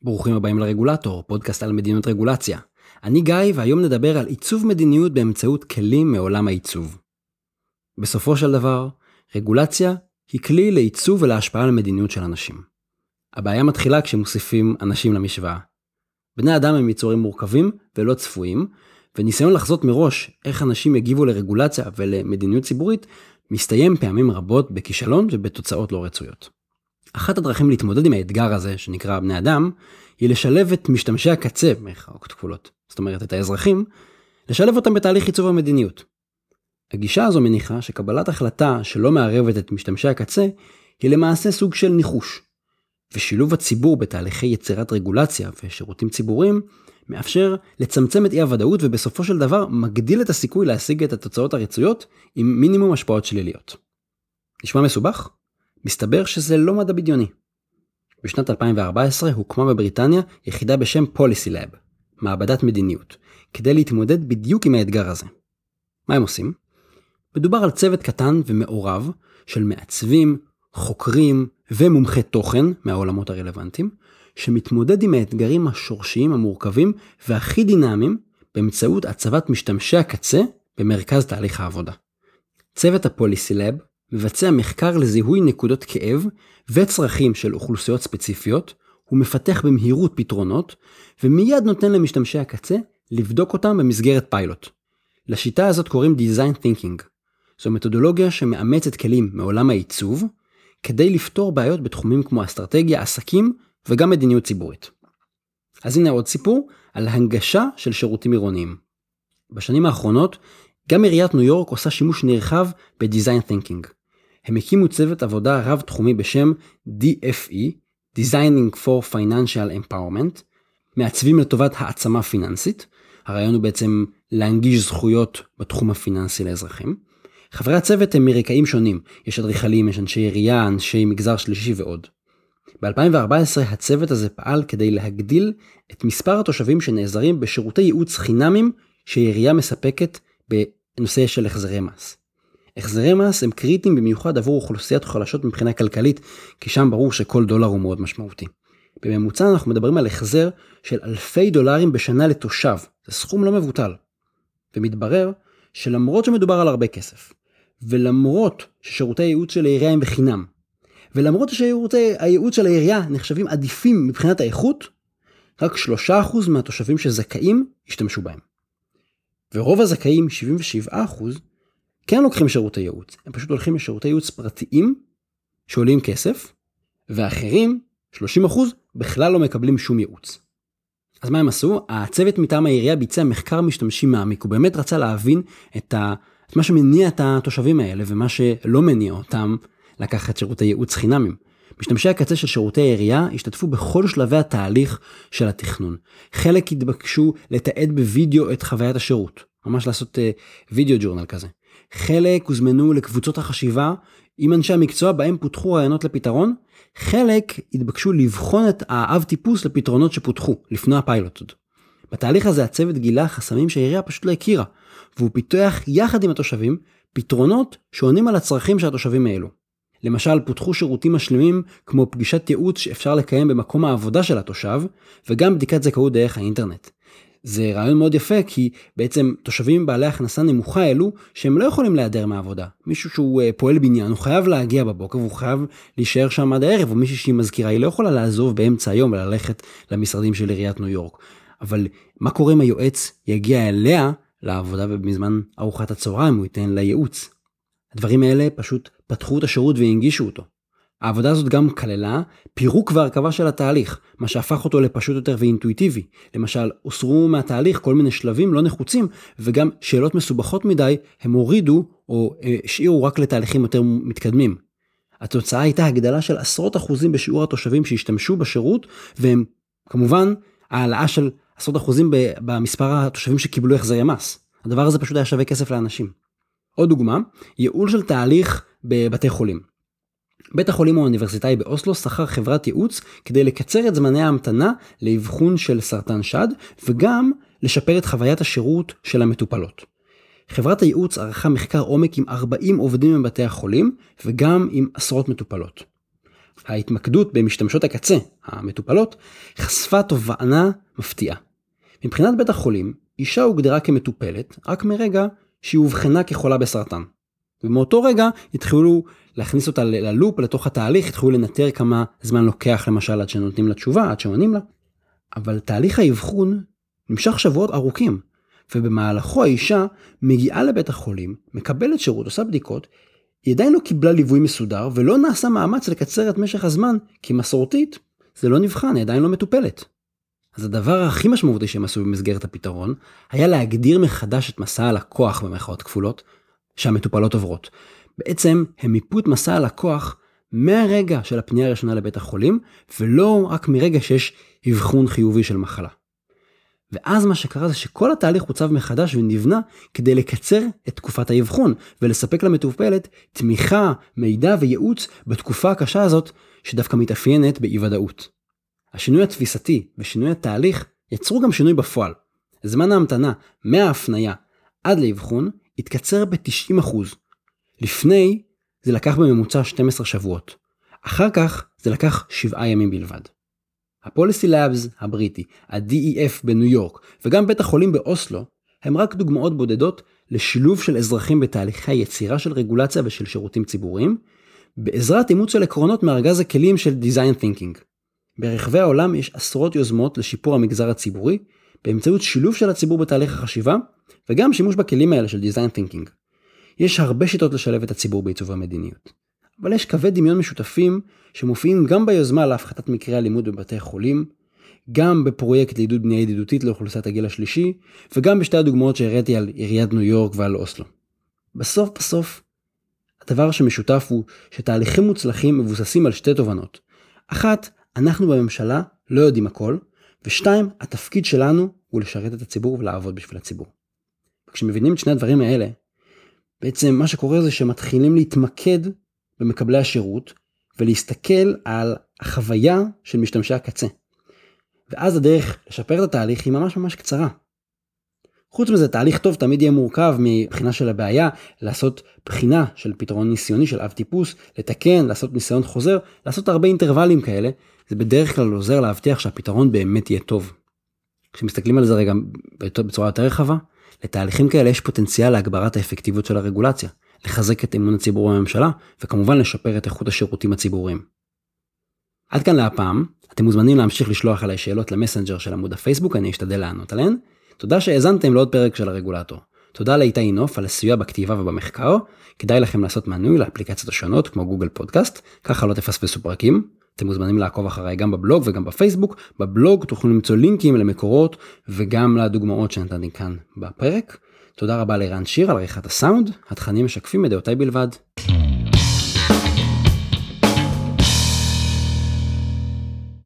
ברוכים הבאים לרגולטור, פודקאסט על מדיניות רגולציה. אני גיא, והיום נדבר על עיצוב מדיניות באמצעות כלים מעולם העיצוב. בסופו של דבר, רגולציה היא כלי לעיצוב ולהשפעה על מדיניות של אנשים. הבעיה מתחילה כשמוסיפים אנשים למשוואה. בני אדם הם יצורים מורכבים ולא צפויים, וניסיון לחזות מראש איך אנשים יגיבו לרגולציה ולמדיניות ציבורית, מסתיים פעמים רבות בכישלון ובתוצאות לא רצויות. אחת הדרכים להתמודד עם האתגר הזה, שנקרא בני אדם, היא לשלב את משתמשי הקצה, מחאות כפולות, זאת אומרת את האזרחים, לשלב אותם בתהליך עיצוב המדיניות. הגישה הזו מניחה שקבלת החלטה שלא מערבת את משתמשי הקצה, היא למעשה סוג של ניחוש. ושילוב הציבור בתהליכי יצירת רגולציה ושירותים ציבוריים, מאפשר לצמצם את אי הוודאות ובסופו של דבר מגדיל את הסיכוי להשיג את התוצאות הרצויות עם מינימום השפעות שליליות. נשמע מסובך? מסתבר שזה לא מדע בדיוני. בשנת 2014 הוקמה בבריטניה יחידה בשם Policy Lab, מעבדת מדיניות, כדי להתמודד בדיוק עם האתגר הזה. מה הם עושים? מדובר על צוות קטן ומעורב של מעצבים, חוקרים ומומחי תוכן מהעולמות הרלוונטיים, שמתמודד עם האתגרים השורשיים המורכבים והכי דינמיים באמצעות הצבת משתמשי הקצה במרכז תהליך העבודה. צוות ה-Policy Lab מבצע מחקר לזיהוי נקודות כאב וצרכים של אוכלוסיות ספציפיות, הוא מפתח במהירות פתרונות, ומיד נותן למשתמשי הקצה לבדוק אותם במסגרת פיילוט. לשיטה הזאת קוראים Design Thinking. זו מתודולוגיה שמאמצת כלים מעולם העיצוב, כדי לפתור בעיות בתחומים כמו אסטרטגיה, עסקים וגם מדיניות ציבורית. אז הנה עוד סיפור על הנגשה של שירותים עירוניים. בשנים האחרונות, גם עיריית ניו יורק עושה שימוש נרחב ב-Design Thinking. הם הקימו צוות עבודה רב תחומי בשם DFE, Designing for Financial Empowerment, מעצבים לטובת העצמה פיננסית. הרעיון הוא בעצם להנגיש זכויות בתחום הפיננסי לאזרחים. חברי הצוות הם מרקעים שונים, יש אדריכלים, יש אנשי עירייה, אנשי מגזר שלישי ועוד. ב-2014 הצוות הזה פעל כדי להגדיל את מספר התושבים שנעזרים בשירותי ייעוץ חינמים שהעירייה מספקת בנושא של החזרי מס. החזרי מס הם קריטיים במיוחד עבור אוכלוסיית חלשות מבחינה כלכלית, כי שם ברור שכל דולר הוא מאוד משמעותי. בממוצע אנחנו מדברים על החזר של אלפי דולרים בשנה לתושב, זה סכום לא מבוטל. ומתברר שלמרות שמדובר על הרבה כסף, ולמרות ששירותי הייעוץ של העירייה הם בחינם, ולמרות ששירותי הייעוץ של העירייה נחשבים עדיפים מבחינת האיכות, רק 3% מהתושבים שזכאים השתמשו בהם. ורוב הזכאים, 77%, כן לוקחים שירותי ייעוץ. הם פשוט הולכים לשירותי ייעוץ פרטיים שעולים כסף, ואחרים, 30%, בכלל לא מקבלים שום ייעוץ. אז מה הם עשו? הצוות מטעם העירייה ביצע מחקר משתמשים מעמיק. הוא באמת רצה להבין את מה שמניע את התושבים האלה, ומה שלא מניע אותם לקחת שירותי ייעוץ חינמים. משתמשי הקצה של שירותי העירייה השתתפו בכל שלבי התהליך של התכנון. חלק התבקשו לתעד בווידאו את חוויית השירות. ממש לעשות וידאו ג'ורנל כזה. חלק הוזמנו לקבוצות החשיבה עם אנשי המקצוע בהם פותחו רעיונות לפתרון. חלק התבקשו לבחון את האב טיפוס לפתרונות שפותחו לפני הפיילוט. בתהליך הזה הצוות גילה חסמים שהעירייה פשוט לא הכירה, והוא פיתח יחד עם התושבים פתרונות שעונים על הצרכים של התושבים האלו. למשל, פותחו שירותים משלימים כמו פגישת ייעוץ שאפשר לקיים במקום העבודה של התושב, וגם בדיקת זכאות דרך האינטרנט. זה רעיון מאוד יפה, כי בעצם תושבים בעלי הכנסה נמוכה אלו, שהם לא יכולים להיעדר מהעבודה. מישהו שהוא פועל בניין, הוא חייב להגיע בבוקר, והוא חייב להישאר שם עד הערב, או מישהו שהיא מזכירה, היא לא יכולה לעזוב באמצע היום וללכת למשרדים של עיריית ניו יורק. אבל מה קורה אם היועץ יגיע אליה לעבודה ובזמן ארוחת הצהריים הוא ייתן לה ייעוץ? הדברים האלה פשוט פתחו את השירות והנגישו אותו. העבודה הזאת גם כללה פירוק והרכבה של התהליך, מה שהפך אותו לפשוט יותר ואינטואיטיבי. למשל, הוסרו מהתהליך כל מיני שלבים לא נחוצים, וגם שאלות מסובכות מדי הם הורידו או השאירו רק לתהליכים יותר מתקדמים. התוצאה הייתה הגדלה של עשרות אחוזים בשיעור התושבים שהשתמשו בשירות, והם כמובן העלאה של עשרות אחוזים במספר התושבים שקיבלו החזרי מס. הדבר הזה פשוט היה שווה כסף לאנשים. עוד דוגמה, ייעול של תהליך בבתי חולים. בית החולים האוניברסיטאי באוסלו שכר חברת ייעוץ כדי לקצר את זמני ההמתנה לאבחון של סרטן שד, וגם לשפר את חוויית השירות של המטופלות. חברת הייעוץ ערכה מחקר עומק עם 40 עובדים בבתי החולים, וגם עם עשרות מטופלות. ההתמקדות במשתמשות הקצה, המטופלות, חשפה תובנה מפתיעה. מבחינת בית החולים, אישה הוגדרה כמטופלת רק מרגע שהיא הובחנה כחולה בסרטן. ומאותו רגע התחילו להכניס אותה ללופ, לתוך התהליך, התחילו לנטר כמה זמן לוקח למשל עד שנותנים לה תשובה, עד שעונים לה. אבל תהליך האבחון נמשך שבועות ארוכים, ובמהלכו האישה מגיעה לבית החולים, מקבלת שירות, עושה בדיקות, היא עדיין לא קיבלה ליווי מסודר, ולא נעשה מאמץ לקצר את משך הזמן, כי מסורתית זה לא נבחן, היא עדיין לא מטופלת. אז הדבר הכי משמעותי שהם עשו במסגרת הפתרון, היה להגדיר מחדש את מסע הלקוח במרכאות כפולות, שהמטופלות עוברות. בעצם הם מיפו את מסע הלקוח מהרגע של הפנייה הראשונה לבית החולים, ולא רק מרגע שיש אבחון חיובי של מחלה. ואז מה שקרה זה שכל התהליך הוצב מחדש ונבנה כדי לקצר את תקופת האבחון, ולספק למטופלת תמיכה, מידע וייעוץ בתקופה הקשה הזאת, שדווקא מתאפיינת באי-ודאות. השינוי התפיסתי ושינוי התהליך יצרו גם שינוי בפועל. זמן ההמתנה מההפניה עד לאבחון התקצר ב-90%. לפני זה לקח בממוצע 12 שבועות. אחר כך זה לקח 7 ימים בלבד. הפוליסי לאבס הבריטי, ה-DEF בניו יורק וגם בית החולים באוסלו הם רק דוגמאות בודדות לשילוב של אזרחים בתהליכי יצירה של רגולציה ושל שירותים ציבוריים, בעזרת אימוץ של עקרונות מארגז הכלים של Design Thinking. ברחבי העולם יש עשרות יוזמות לשיפור המגזר הציבורי, באמצעות שילוב של הציבור בתהליך החשיבה, וגם שימוש בכלים האלה של Design Thinking. יש הרבה שיטות לשלב את הציבור בעיצוב המדיניות. אבל יש קווי דמיון משותפים שמופיעים גם ביוזמה להפחתת מקרי אלימות בבתי חולים, גם בפרויקט לעידוד בנייה ידידותית לאוכלוסיית הגיל השלישי, וגם בשתי הדוגמאות שהראיתי על עיריית ניו יורק ועל אוסלו. בסוף, הדבר שמשותף הוא שתהליכים מוצלחים מבוססים על שתי תובנות. אחת, אנחנו בממשלה לא יודעים הכל, ושתיים, התפקיד שלנו הוא לשרת את הציבור ולעבוד בשביל הציבור. כשמבינים את שני הדברים האלה, בעצם מה שקורה זה שמתחילים להתמקד במקבלי השירות, ולהסתכל על החוויה של משתמשי הקצה. ואז הדרך לשפר את התהליך היא ממש קצרה. חוץ מזה, תהליך טוב תמיד יהיה מורכב מבחינה של הבעיה, לעשות בחינה של פתרון ניסיוני של אב טיפוס, לתקן, לעשות ניסיון חוזר, לעשות הרבה אינטרוולים כאלה, זה בדרך כלל עוזר להבטיח שהפתרון באמת יהיה טוב. כשמסתכלים על זה רגע בצורה יותר רחבה, לתהליכים כאלה יש פוטנציאל להגברת האפקטיביות של הרגולציה, לחזק את אמון הציבור בממשלה, וכמובן לשפר את איכות השירותים הציבוריים. עד כאן להפעם, אתם מוזמנים להמשיך לשלוח עליי שאלות למסנג'ר של עמוד הפייסבוק, אני אשתדל לענות עליהן. תודה שהאזנתם לעוד פרק של הרגולטור. תודה לאיתי נוף על הסיוע בכתיבה ובמחקר, כדאי לכם לעשות מנוי לאפליקציות השונות כמו גוגל פודקאסט, ככה לא תפספסו פרקים. אתם מוזמנים לעקוב אחריי גם בבלוג וגם בפייסבוק. בבלוג תוכלו למצוא לינקים למקורות וגם לדוגמאות שנתתי כאן בפרק. תודה רבה לרן שיר על עריכת הסאונד, התכנים משקפים את דעותיי בלבד.